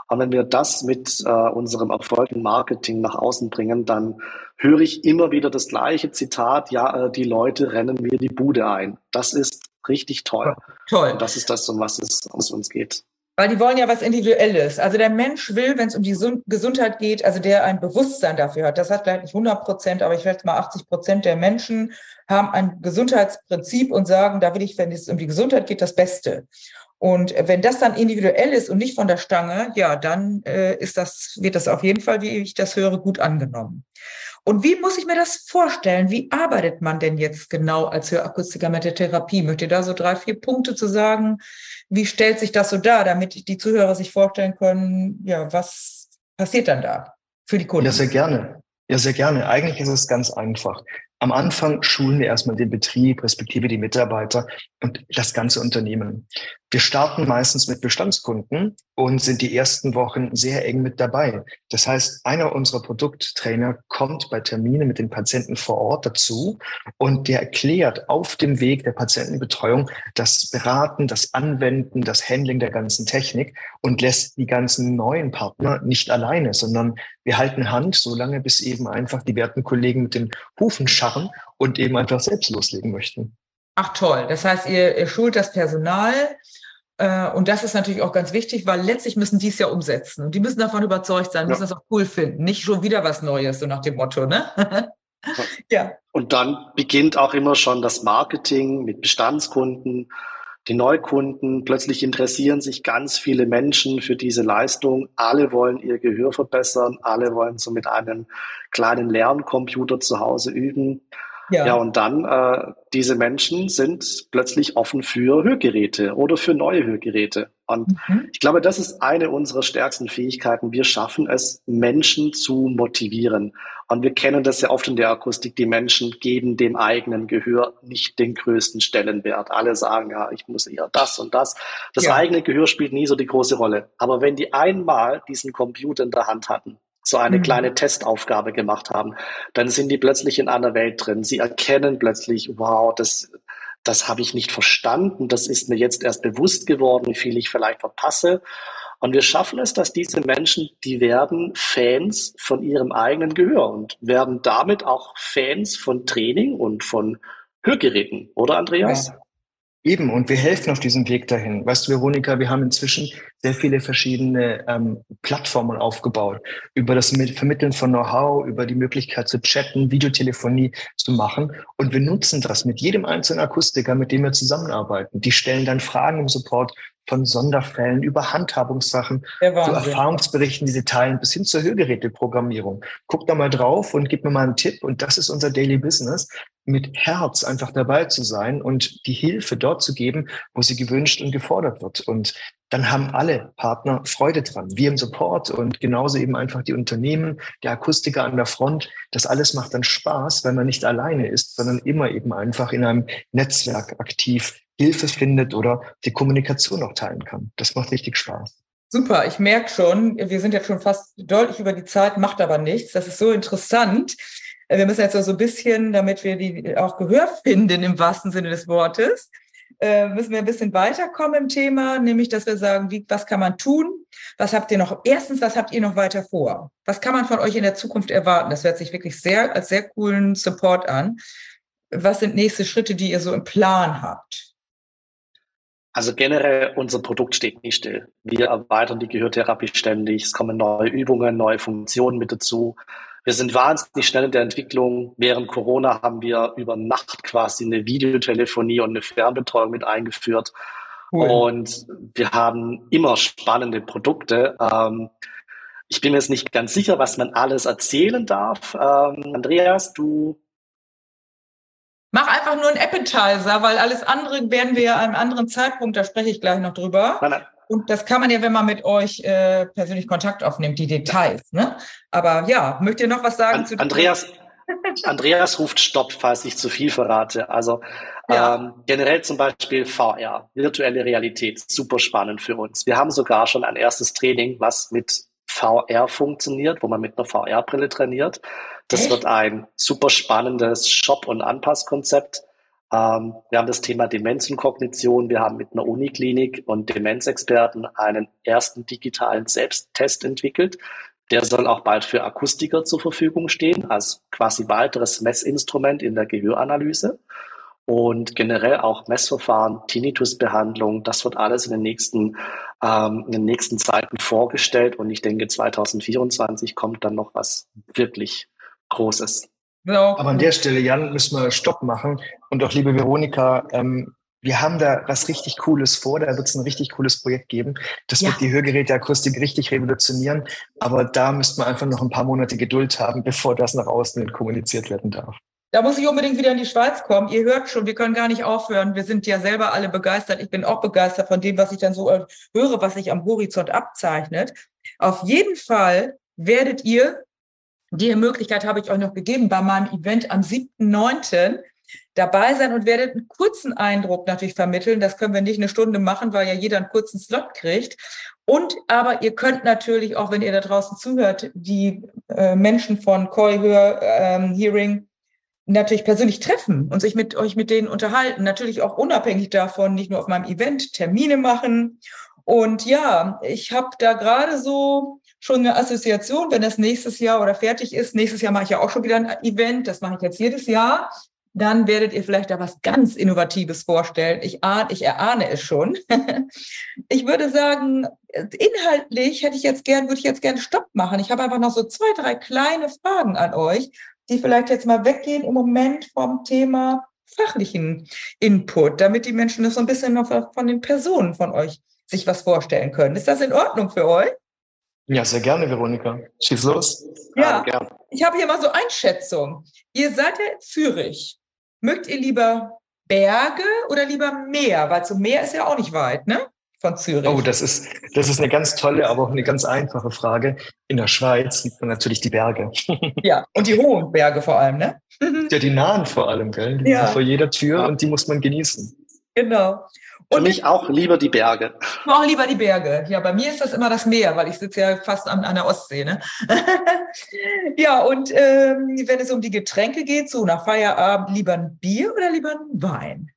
S3: Und wenn wir das mit äh, unserem Erfolg im Marketing nach außen bringen, dann höre ich immer wieder das gleiche Zitat, ja, äh, die Leute rennen mir die Bude ein. Das ist richtig toll.
S1: Toll.
S3: Und das ist das, um was es um uns geht.
S1: Weil die wollen ja was Individuelles. Also der Mensch will, wenn es um die Gesundheit geht, also der ein Bewusstsein dafür hat. Das hat vielleicht nicht hundert Prozent, aber ich schätze mal achtzig Prozent der Menschen haben ein Gesundheitsprinzip und sagen, da will ich, wenn es um die Gesundheit geht, das Beste. Und wenn das dann individuell ist und nicht von der Stange, ja, dann äh, ist das, wird das auf jeden Fall, wie ich das höre, gut angenommen. Und wie muss ich mir das vorstellen? Wie arbeitet man denn jetzt genau als Hörakustiker mit der Therapie? Möchte da so drei, vier Punkte zu sagen? Wie stellt sich das so dar, damit die Zuhörer sich vorstellen können, ja, was passiert dann da für die Kunden?
S2: Ja, sehr gerne. Ja, sehr gerne. Eigentlich ist es ganz einfach. Am Anfang schulen wir erstmal den Betrieb, respektive die Mitarbeiter und das ganze Unternehmen. Wir starten meistens mit Bestandskunden und sind die ersten Wochen sehr eng mit dabei. Das heißt, einer unserer Produkttrainer kommt bei Terminen mit den Patienten vor Ort dazu und der erklärt auf dem Weg der Patientenbetreuung das Beraten, das Anwenden, das Handling der ganzen Technik und lässt die ganzen neuen Partner nicht alleine, sondern wir halten Hand, solange bis eben einfach die werten Kollegen mit den Hufen scharren und eben einfach selbst loslegen möchten.
S1: Ach toll, das heißt, ihr, ihr schult das Personal äh, und das ist natürlich auch ganz wichtig, weil letztlich müssen die es ja umsetzen und die müssen davon überzeugt sein, müssen ja. das auch cool finden, nicht schon wieder was Neues, so nach dem Motto, ne?
S3: Ja. Und dann beginnt auch immer schon das Marketing mit Bestandskunden, die Neukunden. Plötzlich interessieren sich ganz viele Menschen für diese Leistung. Alle wollen ihr Gehör verbessern, alle wollen so mit einem kleinen Lerncomputer zu Hause üben. Ja, ja und dann, äh, diese Menschen sind plötzlich offen für Hörgeräte oder für neue Hörgeräte. Und mhm. ich glaube, das ist eine unserer stärksten Fähigkeiten. Wir schaffen es, Menschen zu motivieren. Und wir kennen das ja oft in der Akustik. Die Menschen geben dem eigenen Gehör nicht den größten Stellenwert. Alle sagen, ja, ich muss eher das und das. Das ja. eigene Gehör spielt nie so die große Rolle. Aber wenn die einmal diesen Computer in der Hand hatten, so eine mhm. kleine Testaufgabe gemacht haben, dann sind die plötzlich in einer Welt drin. Sie erkennen plötzlich, wow, das, das habe ich nicht verstanden, das ist mir jetzt erst bewusst geworden, wie viel ich vielleicht verpasse. Und wir schaffen es, dass diese Menschen, die werden Fans von ihrem eigenen Gehör und werden damit auch Fans von Training und von Hörgeräten, oder Andreas?
S2: Ja. Eben, und wir helfen auf diesem Weg dahin. Weißt du, Veronika, wir haben inzwischen sehr viele verschiedene ähm, Plattformen aufgebaut. Über das Vermitteln von Know-how, über die Möglichkeit zu chatten, Videotelefonie zu machen. Und wir nutzen das mit jedem einzelnen Akustiker, mit dem wir zusammenarbeiten. Die stellen dann Fragen im Support von Sonderfällen über Handhabungssachen, zu Erfahrungsberichten, die sie teilen, bis hin zur Hörgeräteprogrammierung. Guck da mal drauf und gib mir mal einen Tipp. Und das ist unser Daily Business, mit Herz einfach dabei zu sein und die Hilfe dort zu geben, wo sie gewünscht und gefordert wird. Und dann haben alle Partner Freude dran. Wir im Support und genauso eben einfach die Unternehmen, der Akustiker an der Front. Das alles macht dann Spaß, weil man nicht alleine ist, sondern immer eben einfach in einem Netzwerk aktiv Hilfe findet oder die Kommunikation auch teilen kann. Das macht richtig Spaß.
S1: Super, ich merke schon, wir sind jetzt schon fast deutlich über die Zeit, macht aber nichts. Das ist so interessant. Wir müssen jetzt so ein bisschen, damit wir die auch Gehör finden im wahrsten Sinne des Wortes, äh, müssen wir ein bisschen weiterkommen im Thema, nämlich, dass wir sagen, wie, was kann man tun? Was habt ihr noch? Erstens, was habt ihr noch weiter vor? Was kann man von euch in der Zukunft erwarten? Das hört sich wirklich sehr als sehr coolen Support an. Was sind nächste Schritte, die ihr so im Plan habt?
S3: Also generell, unser Produkt steht nicht still. Wir erweitern die Gehörtherapie ständig. Es kommen neue Übungen, neue Funktionen mit dazu. Wir sind wahnsinnig schnell in der Entwicklung. Während Corona haben wir über Nacht quasi eine Videotelefonie und eine Fernbetreuung mit eingeführt. Cool. Und wir haben immer spannende Produkte. Ähm, ich bin mir jetzt nicht ganz sicher, was man alles erzählen darf. Ähm, Andreas, du...
S1: Mach einfach nur einen Appetizer, weil alles andere werden wir ja an einem anderen Zeitpunkt, da spreche ich gleich noch drüber. Nein, nein. Und das kann man ja, wenn man mit euch äh, persönlich Kontakt aufnimmt, die Details. Ne? Aber ja, möchtet ihr noch was sagen?
S3: An,
S1: zu
S3: Andreas, Andreas ruft Stopp, falls ich zu viel verrate. Also ja. ähm, generell zum Beispiel V R, virtuelle Realität, super spannend für uns. Wir haben sogar schon ein erstes Training, was mit V R funktioniert, wo man mit einer V R-Brille trainiert. Das Echt? Wird ein super spannendes Shop- und Anpasskonzept. Ähm, wir haben das Thema Demenz und Kognition. Wir haben mit einer Uniklinik und Demenzexperten einen ersten digitalen Selbsttest entwickelt. Der soll auch bald für Akustiker zur Verfügung stehen, als quasi weiteres Messinstrument in der Gehöranalyse. Und generell auch Messverfahren, Tinnitusbehandlung, das wird alles in den nächsten, ähm, in den nächsten Zeiten vorgestellt. Und ich denke, zwanzig vierundzwanzig kommt dann noch was wirklich Großes.
S1: Genau.
S2: Aber an der Stelle, Jan, müssen wir Stopp machen. Und auch liebe Veronika, ähm, wir haben da was richtig Cooles vor. Da wird es ein richtig cooles Projekt geben. Das
S1: Ja.
S2: wird die Hörgeräteakustik richtig revolutionieren. Aber da müssten wir einfach noch ein paar Monate Geduld haben, bevor das nach außen hin kommuniziert werden darf.
S1: Da muss ich unbedingt wieder in die Schweiz kommen. Ihr hört schon, wir können gar nicht aufhören. Wir sind ja selber alle begeistert. Ich bin auch begeistert von dem, was ich dann so höre, was sich am Horizont abzeichnet. Auf jeden Fall werdet ihr, die Möglichkeit habe ich euch noch gegeben, bei meinem Event am siebten neunten dabei sein und werdet einen kurzen Eindruck natürlich vermitteln. Das können wir nicht eine Stunde machen, weil ja jeder einen kurzen Slot kriegt. Und aber ihr könnt natürlich auch, wenn ihr da draußen zuhört, die äh, Menschen von Koi Hör ähm, Hearing natürlich persönlich treffen und sich mit euch mit denen unterhalten. Natürlich auch unabhängig davon, nicht nur auf meinem Event Termine machen. Und ja, ich habe da gerade so schon eine Assoziation, wenn das nächstes Jahr oder fertig ist. Nächstes Jahr mache ich ja auch schon wieder ein Event. Das mache ich jetzt jedes Jahr. Dann werdet ihr vielleicht da was ganz Innovatives vorstellen. Ich ahne, ich erahne es schon. Ich würde sagen, inhaltlich hätte ich jetzt gern, würde ich jetzt gerne Stopp machen. Ich habe einfach noch so zwei, drei kleine Fragen an euch, die vielleicht jetzt mal weggehen im Moment vom Thema fachlichen Input, damit die Menschen das so ein bisschen noch von den Personen von euch sich was vorstellen können. Ist das in Ordnung für euch?
S2: Ja, sehr gerne, Veronika. Schieß los.
S1: Ja,
S3: gern.
S1: Ich habe hier mal so Einschätzung. Ihr seid ja in Zürich. Mögt ihr lieber Berge oder lieber Meer? Weil zum Meer ist ja auch nicht weit, ne? Von Zürich.
S2: Oh, das ist, das ist eine ganz tolle, aber auch eine ganz einfache Frage. In der Schweiz liebt man natürlich die Berge.
S1: Ja, und die hohen Berge vor allem, ne?
S2: Ja, die nahen vor allem, gell? Die
S1: Ja.
S2: sind vor jeder Tür
S3: Ja.
S2: und die muss man genießen.
S1: Genau.
S3: Für
S1: Und
S3: mich auch lieber die Berge.
S1: ich auch lieber die Berge. Ja, bei mir ist das immer das Meer, weil ich sitze ja fast an, an der Ostsee, ne? Ja, und ähm, wenn es um die Getränke geht, so nach Feierabend, lieber ein Bier oder lieber ein Wein?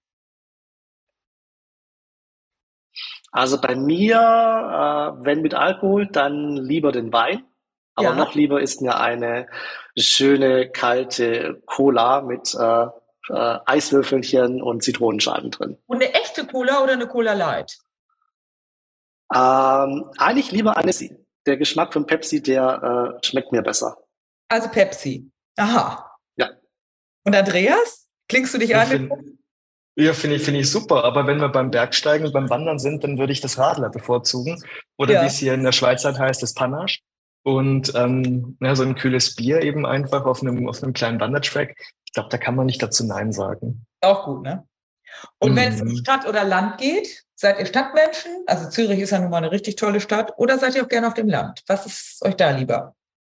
S3: Also bei mir, äh, wenn mit Alkohol, dann lieber den Wein. Aber
S1: Ja.
S3: noch lieber ist mir eine schöne, kalte Cola mit äh, äh, Eiswürfelchen und Zitronenscheiben drin.
S1: Und eine echte Cola oder eine Cola Light?
S3: Ähm, eigentlich lieber eine Pepsi. Der Geschmack von Pepsi, der äh, schmeckt mir besser.
S1: Also Pepsi. Aha.
S3: Ja.
S1: Und Andreas, klingst du dich
S2: Ich
S1: ein?
S2: find- Ja, finde ich, finde ich super. Aber wenn wir beim Bergsteigen und beim Wandern sind, dann würde ich das Radler bevorzugen. Oder
S1: Ja.
S2: wie es hier in der Schweiz halt heißt, das Panache. Und ähm, ja, so ein kühles Bier eben einfach auf einem, auf einem kleinen Wandertrack. Ich glaube, da kann man nicht dazu Nein sagen.
S1: Auch gut, ne? Und wenn es um
S2: Mhm.
S1: Stadt oder Land geht, seid ihr Stadtmenschen? Also Zürich ist ja nun mal eine richtig tolle Stadt. Oder seid ihr auch gerne auf dem Land? Was ist euch da lieber?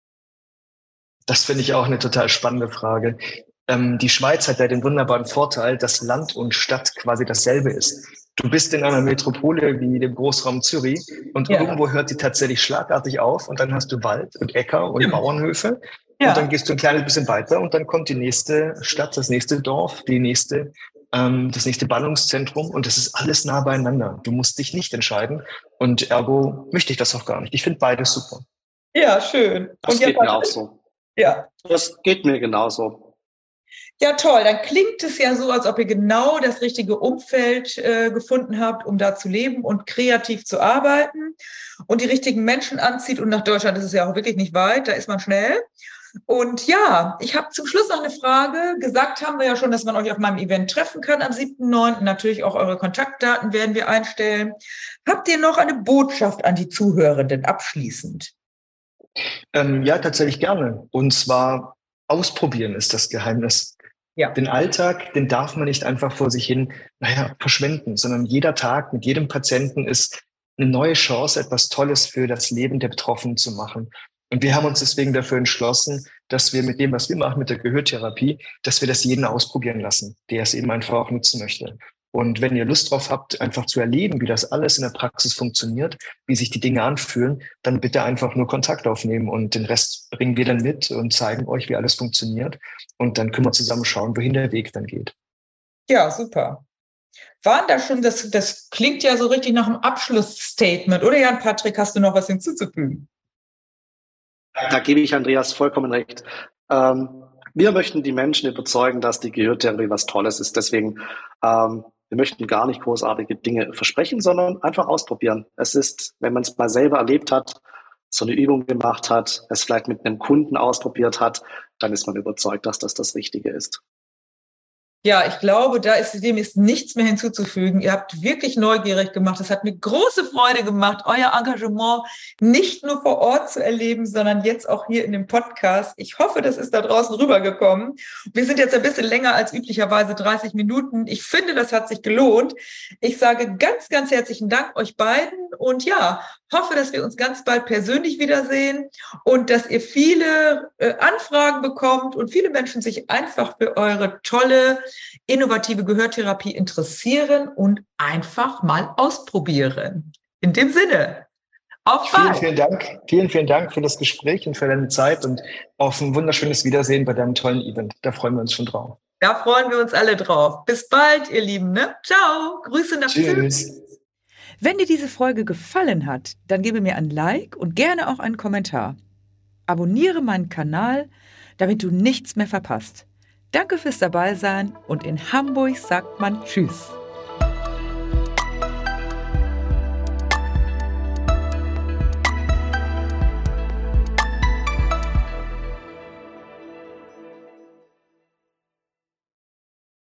S2: Das finde ich auch eine total spannende Frage. Ähm, die Schweiz hat ja den wunderbaren Vorteil, dass Land und Stadt quasi dasselbe ist. Du bist in einer Metropole wie dem Großraum Zürich und
S1: Ja.
S2: irgendwo hört die tatsächlich schlagartig auf und dann hast du Wald und Äcker und
S1: Stimmt.
S2: Bauernhöfe.
S1: Ja.
S2: Und dann gehst du ein kleines bisschen weiter und dann kommt die nächste Stadt, das nächste Dorf, die nächste, ähm, das nächste Ballungszentrum und das ist alles nah beieinander. Du musst dich nicht entscheiden und ergo möchte ich das auch gar nicht. Ich finde beides super.
S1: Ja, schön.
S3: Das
S1: Und ja,
S3: geht mir auch so.
S1: Ja.
S3: Das geht mir genauso.
S1: Ja, toll. Dann klingt es ja so, als ob ihr genau das richtige Umfeld äh, gefunden habt, um da zu leben und kreativ zu arbeiten und die richtigen Menschen anzieht. Und nach Deutschland ist es ja auch wirklich nicht weit, da ist man schnell. Und ja, ich habe zum Schluss noch eine Frage. Gesagt haben wir ja schon, dass man euch auf meinem Event treffen kann am siebten neunten Natürlich auch eure Kontaktdaten werden wir einstellen. Habt ihr noch eine Botschaft an die Zuhörenden abschließend?
S2: Ähm, ja, tatsächlich gerne. Und zwar ausprobieren ist das Geheimnis.
S1: Ja.
S2: Den Alltag, den darf man nicht einfach vor sich hin, naja, verschwenden, sondern jeder Tag mit jedem Patienten ist eine neue Chance, etwas Tolles für das Leben der Betroffenen zu machen. Und wir haben uns deswegen dafür entschlossen, dass wir mit dem, was wir machen, mit der Gehörtherapie, dass wir das jeden ausprobieren lassen, der es eben einfach auch nutzen möchte. Und wenn ihr Lust drauf habt, einfach zu erleben, wie das alles in der Praxis funktioniert, wie sich die Dinge anfühlen, dann bitte einfach nur Kontakt aufnehmen und den Rest bringen wir dann mit und zeigen euch, wie alles funktioniert. Und dann können wir zusammen schauen, wohin der Weg dann geht.
S1: Ja, super. Waren da schon, das, das klingt ja so richtig nach einem Abschlussstatement, oder Jan-Patrick, hast du noch was hinzuzufügen?
S3: Da gebe ich Andreas vollkommen recht. Ähm, wir möchten die Menschen überzeugen, dass die Gehörtherapie was Tolles ist. Deswegen, ähm, wir möchten gar nicht großartige Dinge versprechen, sondern einfach ausprobieren. Es ist, wenn man es mal selber erlebt hat, so eine Übung gemacht hat, es vielleicht mit einem Kunden ausprobiert hat, dann ist man überzeugt, dass das das Richtige ist.
S1: Ja, ich glaube, da ist dem ist nichts mehr hinzuzufügen. Ihr habt wirklich neugierig gemacht. Es hat mir große Freude gemacht, euer Engagement nicht nur vor Ort zu erleben, sondern jetzt auch hier in dem Podcast. Ich hoffe, das ist da draußen rübergekommen. Wir sind jetzt ein bisschen länger als üblicherweise dreißig Minuten. Ich finde, das hat sich gelohnt. Ich sage ganz, ganz herzlichen Dank euch beiden und ja, hoffe, dass wir uns ganz bald persönlich wiedersehen und dass ihr viele äh, Anfragen bekommt und viele Menschen sich einfach für eure tolle innovative Gehörtherapie interessieren und einfach mal ausprobieren. In dem Sinne, auf bald.
S2: Vielen, vielen Dank. Vielen, vielen Dank für das Gespräch und für deine Zeit und auf ein wunderschönes Wiedersehen bei deinem tollen Event. Da freuen wir uns schon drauf.
S1: Da freuen wir uns alle drauf. Bis bald, ihr Lieben. Ne? Ciao. Grüße nach
S2: Tschüss.
S1: Wenn dir diese Folge gefallen hat, dann gebe mir ein Like und gerne auch einen Kommentar. Abonniere meinen Kanal, damit du nichts mehr verpasst. Danke fürs Dabeisein und in Hamburg sagt man Tschüss.